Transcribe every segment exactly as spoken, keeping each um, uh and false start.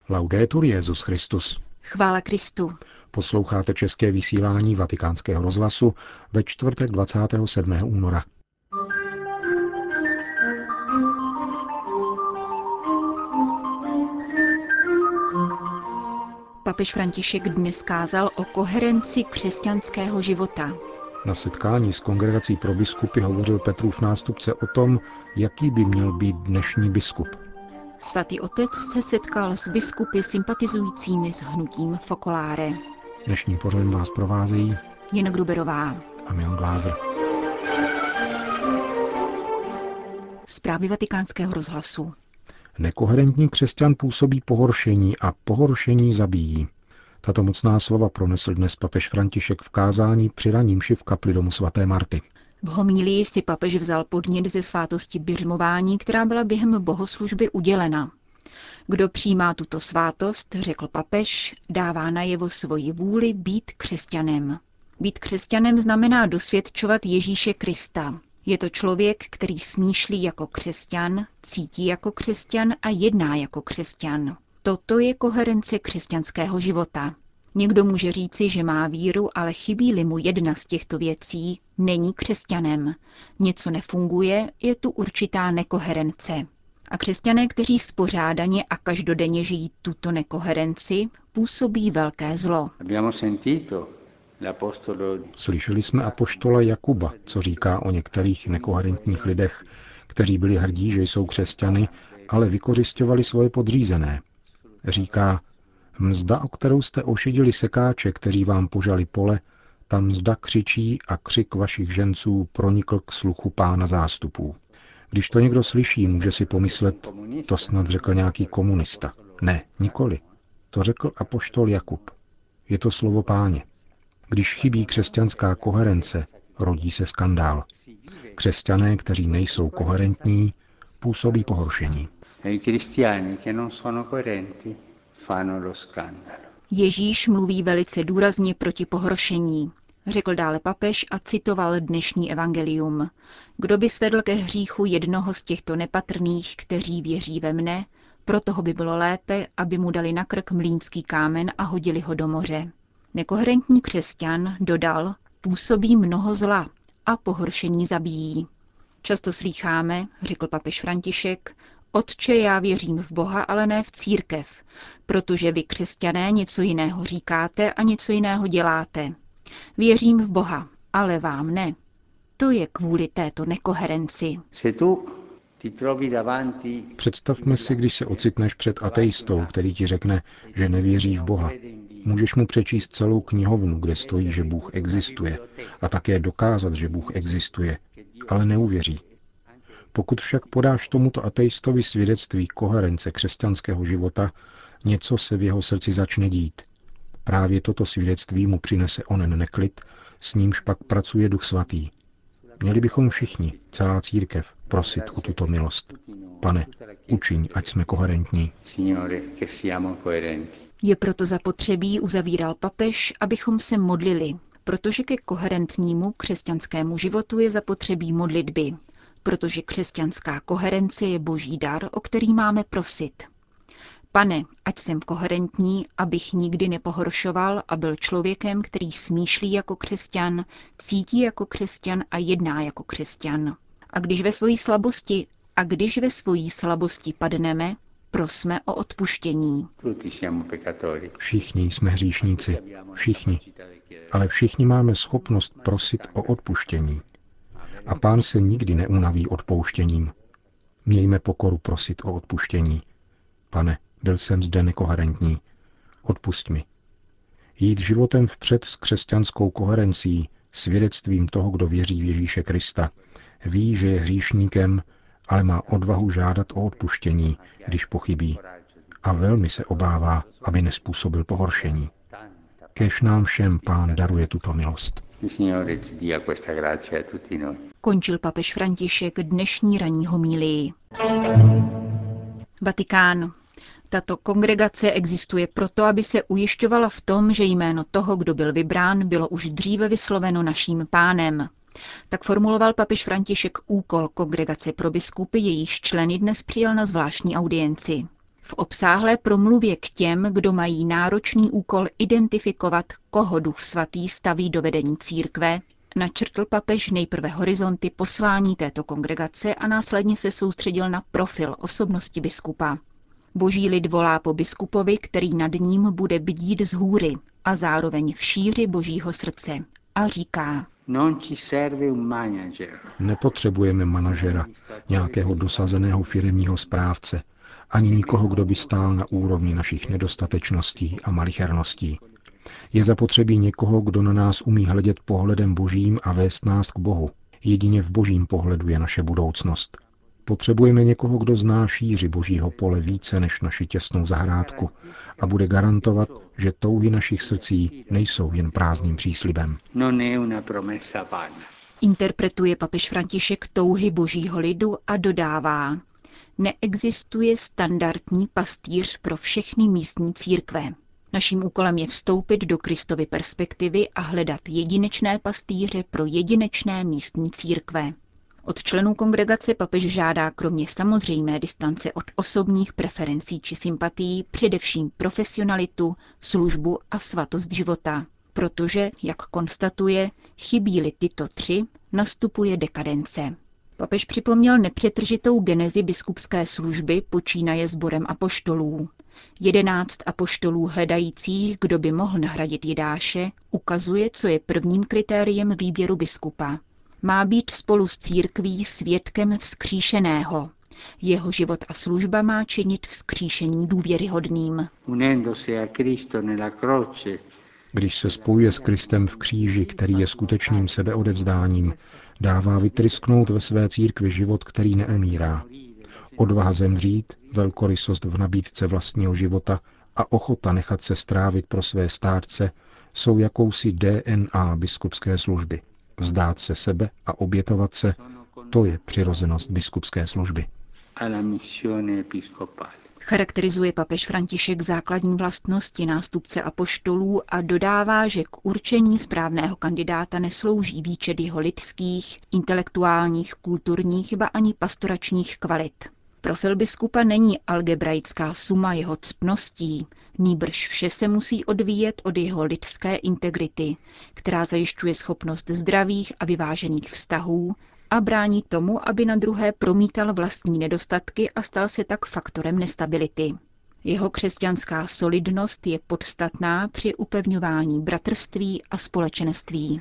Laudetur Jesus Christus. Chvála Kristu. Posloucháte české vysílání Vatikánského rozhlasu ve čtvrtek dvacátého sedmého února. Papež František dnes kázal o koherenci křesťanského života. Na setkání s kongregací pro biskupy hovořil Petrův nástupce o tom, jaký by měl být dnešní biskup. Svatý otec se setkal s biskupy sympatizujícími s hnutím Focolare. Dnešním pořadem vás provázejí Jana Gruberová a Milan Glázer. Zprávy Vatikánského rozhlasu. Nekoherentní křesťan působí pohoršení a pohoršení zabíjí. Tato mocná slova pronesl dnes papež František v kázání při raní mši v kapli domu svaté Marty. V homílii si papež vzal podnět ze svátosti biřmování, která byla během bohoslužby udělena. Kdo přijímá tuto svátost, řekl papež, dává najevo svoji vůli být křesťanem. Být křesťanem znamená dosvědčovat Ježíše Krista. Je to člověk, který smýšlí jako křesťan, cítí jako křesťan a jedná jako křesťan. Toto je koherence křesťanského života. Někdo může říci, že má víru, ale chybí-li mu jedna z těchto věcí, není křesťanem. Něco nefunguje, je tu určitá nekoherence. A křesťané, kteří spořádaně a každodenně žijí tuto nekoherenci, působí velké zlo. Slyšeli jsme apoštola Jakuba, co říká o některých nekoherentních lidech, kteří byli hrdí, že jsou křesťany, ale vykořisťovali svoje podřízené. Říká, mzda, o kterou jste ošidili sekáče, kteří vám požali pole, ta mzda křičí a křik vašich ženců pronikl k sluchu Pána zástupů. Když to někdo slyší, může si pomyslet, to snad řekl nějaký komunista. Ne, nikoli. To řekl apoštol Jakub. Je to slovo Páně. Když chybí křesťanská koherence, rodí se skandál. Křesťané, kteří nejsou koherentní, působí pohoršení. Ježíš mluví velice důrazně proti pohoršení. Řekl dále papež a citoval dnešní evangelium. Kdo by svedl ke hříchu jednoho z těchto nepatrných, kteří věří ve mne, pro toho by bylo lépe, aby mu dali na krk mlýnský kámen a hodili ho do moře. Nekoherentní křesťan, dodal, působí mnoho zla a pohoršení zabíjí. Často slýcháme, řekl papež František, Otče, já věřím v Boha, ale ne v církev, protože vy křesťané něco jiného říkáte a něco jiného děláte. Věřím v Boha, ale vám ne. To je kvůli této nekoherenci. Představme si, když se ocitneš před ateistou, který ti řekne, že nevěří v Boha. Můžeš mu přečíst celou knihovnu, kde stojí, že Bůh existuje, a také dokázat, že Bůh existuje, ale neuvěří. Pokud však podáš tomuto ateistovi svědectví koherence křesťanského života, něco se v jeho srdci začne dít. Právě toto svědectví mu přinese onen neklid, s nímž pak pracuje Duch Svatý. Měli bychom všichni, celá církev, prosit o tuto milost. Pane, učiň, ať jsme koherentní. Je proto zapotřebí, uzavíral papež, abychom se modlili, protože ke koherentnímu křesťanskému životu je zapotřebí modlitby, protože křesťanská koherence je boží dar, o který máme prosit. Pane, ať jsem koherentní, abych nikdy nepohoršoval a byl člověkem, který smýšlí jako křesťan, cítí jako křesťan a jedná jako křesťan. A když ve svojí slabosti, a když ve svojí slabosti padneme, prosme o odpuštění. Všichni jsme hříšníci, všichni, ale všichni máme schopnost prosit o odpuštění. A Pán se nikdy neunaví odpouštěním. Mějme pokoru prosit o odpuštění. Pane, byl jsem zde nekoherentní. Odpusť mi. Jít životem vpřed s křesťanskou koherencí, svědectvím toho, kdo věří v Ježíše Krista, ví, že je hříšníkem, ale má odvahu žádat o odpuštění, když pochybí. A velmi se obává, aby nespůsobil pohoršení. Kéž nám všem Pán daruje tuto milost. Končil papež František dnešní ranní homílii. Vatikán. Tato kongregace existuje proto, aby se ujišťovala v tom, že jméno toho, kdo byl vybrán, bylo už dříve vysloveno naším Pánem. Tak formuloval papež František úkol kongregace pro biskupy, jejíž členy dnes přijal na zvláštní audienci. V obsáhlé promluvě k těm, kdo mají náročný úkol identifikovat, koho Duch Svatý staví do vedení církve, načrtl papež nejprve horizonty poslání této kongregace a následně se soustředil na profil osobnosti biskupa. Boží lid volá po biskupovi, který nad ním bude bdít z hůry a zároveň v šíři Božího srdce. A říká: Nepotřebujeme manažera, nějakého dosazeného firemního správce, ani nikoho, kdo by stál na úrovni našich nedostatečností a malicherností. Je zapotřebí někoho, kdo na nás umí hledět pohledem Božím a vést nás k Bohu. Jedině v Božím pohledu je naše budoucnost. Potřebujeme někoho, kdo zná šíři Božího pole více než naši těsnou zahrádku a bude garantovat, že touhy našich srdcí nejsou jen prázdným příslibem. Interpretuje papež František touhy Božího lidu a dodává: Neexistuje standardní pastýř pro všechny místní církve. Naším úkolem je vstoupit do Kristovy perspektivy a hledat jedinečné pastýře pro jedinečné místní církve. Od členů kongregace papež žádá kromě samozřejmé distance od osobních preferencí či sympatií především profesionalitu, službu a svatost života. Protože, jak konstatuje, chybí-li tyto tři, nastupuje dekadence. Papež připomněl nepřetržitou genezi biskupské služby počínaje sborem apoštolů. Jedenáct apoštolů hledajících, kdo by mohl nahradit Jidáše, ukazuje, co je prvním kritériem výběru biskupa. Má být spolu s církví svědkem vzkříšeného. Jeho život a služba má činit vzkříšení důvěryhodným. Když se spojuje s Kristem v kříži, který je skutečným sebeodevzdáním, dává vytrysknout ve své církvi život, který neumírá. Odvaha zemřít, velkorysost v nabídce vlastního života a ochota nechat se strávit pro své stárce jsou jakousi D N A biskupské služby. Vzdát se sebe a obětovat se, to je přirozenost biskupské služby. Charakterizuje papež František základní vlastnosti nástupce apoštolů a dodává, že k určení správného kandidáta neslouží výčet jeho lidských, intelektuálních, kulturních ba ani pastoračních kvalit. Profil biskupa není algebraická suma jeho ctností, nýbrž vše se musí odvíjet od jeho lidské integrity, která zajišťuje schopnost zdravých a vyvážených vztahů a brání tomu, aby na druhé promítal vlastní nedostatky a stal se tak faktorem nestability. Jeho křesťanská solidnost je podstatná při upevňování bratrství a společenství.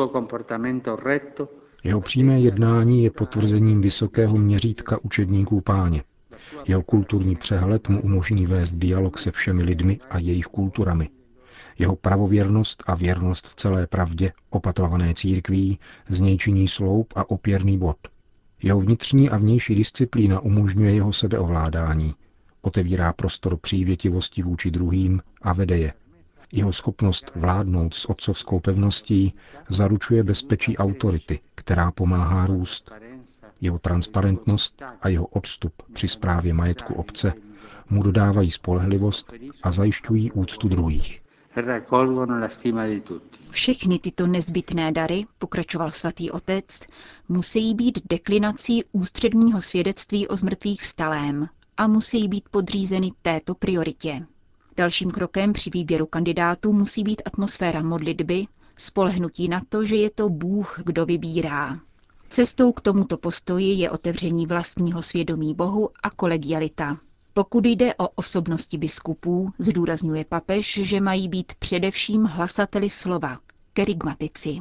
Jeho přímé jednání je potvrzením vysokého měřítka učedníků Páně. Jeho kulturní přehled mu umožní vést dialog se všemi lidmi a jejich kulturami. Jeho pravověrnost a věrnost celé pravdě, opatrované církví, z něj činí sloup a opěrný bod. Jeho vnitřní a vnější disciplína umožňuje jeho sebeovládání, otevírá prostor přívětivosti vůči druhým a vede je. Jeho schopnost vládnout s otcovskou pevností zaručuje bezpečí autority, která pomáhá růst. Jeho transparentnost a jeho odstup při správě majetku obce mu dodávají spolehlivost a zajišťují úctu druhých. Všechny tyto nezbytné dary, pokračoval svatý otec, musí být deklinací ústředního svědectví o zmrtvých vstalém a musí být podřízeny této prioritě. Dalším krokem při výběru kandidátů musí být atmosféra modlitby, spolehnutí na to, že je to Bůh, kdo vybírá. Cestou k tomuto postoji je otevření vlastního svědomí Bohu a kolegialita. Pokud jde o osobnosti biskupů, zdůrazňuje papež, že mají být především hlasateli slova, kerygmatici.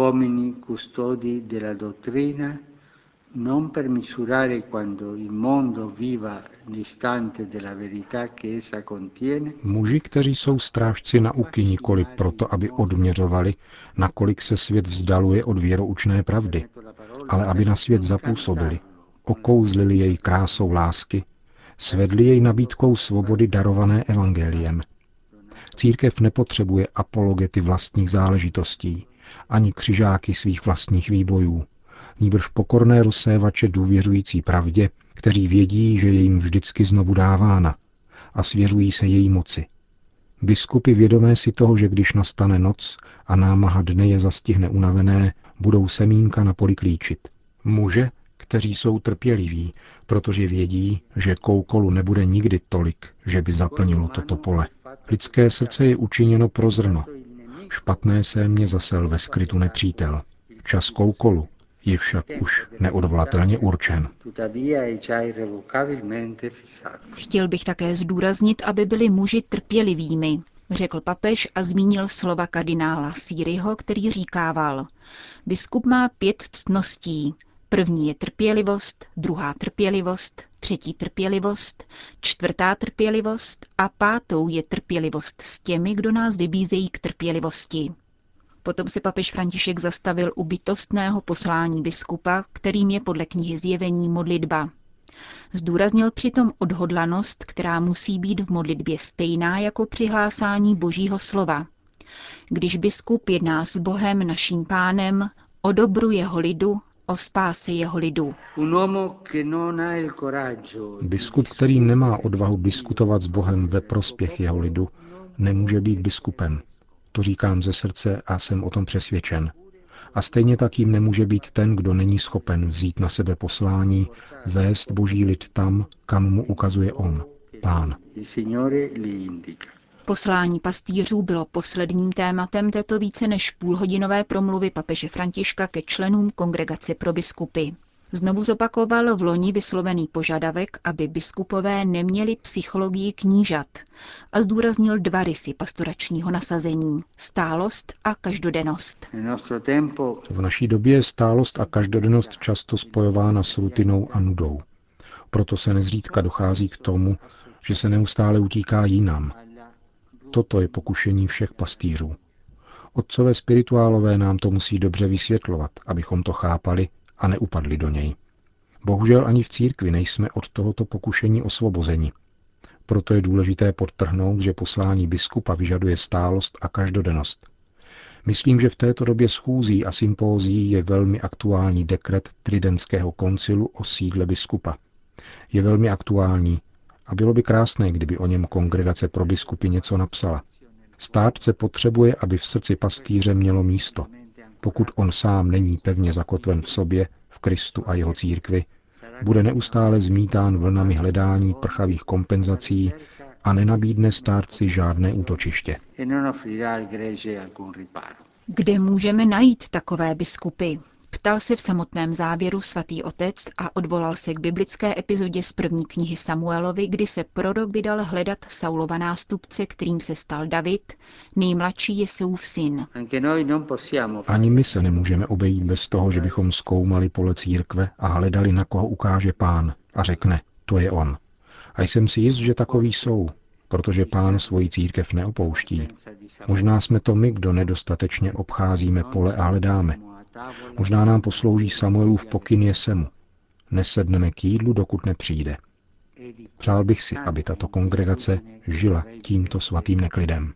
Non per misurare quando il mondo viva distante della verità che essa contiene. Muži, kteří jsou strážci nauky, nikoli proto, aby odměřovali, nakolik se svět vzdaluje od věroučné pravdy, ale aby na svět zapůsobili, okouzlili jej krásou lásky, svedli jej nabídkou svobody darované evangeliem. Církev nepotřebuje apologety vlastních záležitostí, ani křižáky svých vlastních výbojů, nýbrž pokorné rozsévače důvěřující pravdě, kteří vědí, že je jim vždycky znovu dávána a svěřují se její moci. Biskupy vědomé si toho, že když nastane noc a námaha dne je zastihne unavené, budou semínka na poli klíčit. Muže, kteří jsou trpěliví, protože vědí, že koukolu nebude nikdy tolik, že by zaplnilo toto pole. Lidské srdce je učiněno pro zrno. Špatné sémě zasel ve skrytu nepřítel. Čas koukolu je však už neodvolatelně určen. Chtěl bych také zdůraznit, aby byli muži trpělivými, řekl papež a zmínil slova kardinála Siriho, který říkával: biskup má pět ctností. První je trpělivost, druhá trpělivost, třetí trpělivost, čtvrtá trpělivost a pátou je trpělivost s těmi, kdo nás vybízejí k trpělivosti. Potom se papež František zastavil u bytostného poslání biskupa, kterým je podle knihy Zjevení modlitba. Zdůraznil přitom odhodlanost, která musí být v modlitbě stejná jako při hlásání Božího slova. Když biskup jedná s Bohem naším Pánem o dobru jeho lidu, o spáse jeho lidu. Biskup, který nemá odvahu diskutovat s Bohem ve prospěch jeho lidu, nemůže být biskupem. To říkám ze srdce a jsem o tom přesvědčen. A stejně tak jim nemůže být ten, kdo není schopen vzít na sebe poslání, vést Boží lid tam, kam mu ukazuje on, Pán. Poslání pastýřů bylo posledním tématem této více než půlhodinové promluvy papeže Františka ke členům Kongregace pro biskupy. Znovu zopakoval v loni vyslovený požadavek, aby biskupové neměli psychologii knížat a zdůraznil dva rysy pastoračního nasazení – stálost a každodennost. V naší době je stálost a každodennost často spojována s rutinou a nudou. Proto se nezřídka dochází k tomu, že se neustále utíká jinam. Toto je pokušení všech pastýřů. Otcové spirituálové nám to musí dobře vysvětlovat, abychom to chápali a neupadli do něj. Bohužel ani v církvi nejsme od tohoto pokušení osvobozeni. Proto je důležité podtrhnout, že poslání biskupa vyžaduje stálost a každodennost. Myslím, že v této době schůzí a sympózií je velmi aktuální dekret Tridentského koncilu o sídle biskupa. Je velmi aktuální a bylo by krásné, kdyby o něm Kongregace pro biskupy něco napsala. Státce potřebuje, aby v srdci pastýře mělo místo. Pokud on sám není pevně zakotven v sobě, v Kristu a jeho církvi, bude neustále zmítán vlnami hledání prchavých kompenzací a nenabídne stárci žádné útočiště. Kde můžeme najít takové biskupy? Ptal se v samotném závěru svatý otec a odvolal se k biblické epizodě z první knihy Samuelovi, kdy se prorok vydal hledat Saulova nástupce, kterým se stal David, nejmladší Jeseův syn. Ani my se nemůžeme obejít bez toho, že bychom zkoumali pole církve a hledali, na koho ukáže Pán a řekne, to je on. A jsem si jist, že takoví jsou, protože Pán svoji církev neopouští. Možná jsme to my, kdo nedostatečně obcházíme pole a hledáme. Možná nám poslouží Samuelův pokyn Jesemu. Nesedneme k jídlu, dokud nepřijde. Přál bych si, aby tato kongregace žila tímto svatým neklidem.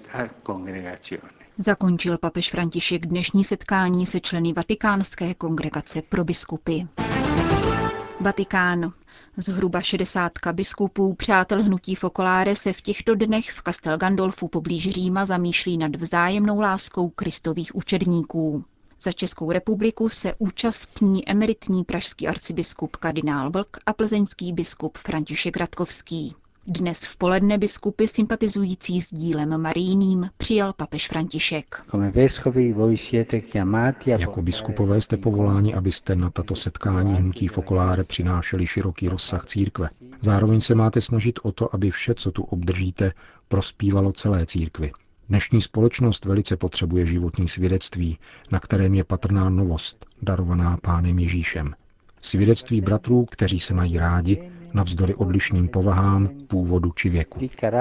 Zakončil papež František dnešní setkání se členy Vatikánské kongregace pro biskupy. Vatikán. Zhruba šedesátka biskupů, přátel hnutí Focolare, se v těchto dnech v Castel Gandolfu poblíž Říma zamýšlí nad vzájemnou láskou Kristových učedníků. Za Českou republiku se účastní emeritní pražský arcibiskup kardinál Vlk a plzeňský biskup František Ratkovský. Dnes v poledne biskupy sympatizující s dílem Marijným přijal papež František. Jako biskupové jste povoláni, abyste na tato setkání hnutí Focolare přinášeli široký rozsah církve. Zároveň se máte snažit o to, aby vše, co tu obdržíte, prospívalo celé církvi. Dnešní společnost velice potřebuje životní svědectví, na kterém je patrná novost, darovaná Pánem Ježíšem. Svědectví bratrů, kteří se mají rádi, navzdory odlišným povahám, původu či věku.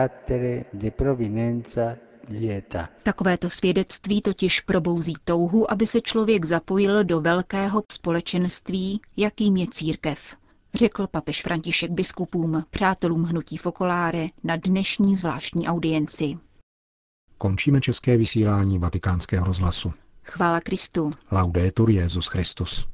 Takovéto svědectví totiž probouzí touhu, aby se člověk zapojil do velkého společenství, jakým je církev, řekl papež František biskupům, přátelům hnutí Focolare na dnešní zvláštní audienci. Končíme české vysílání Vatikánského rozhlasu. Chvála Kristu. Laudetur Jesus Christus.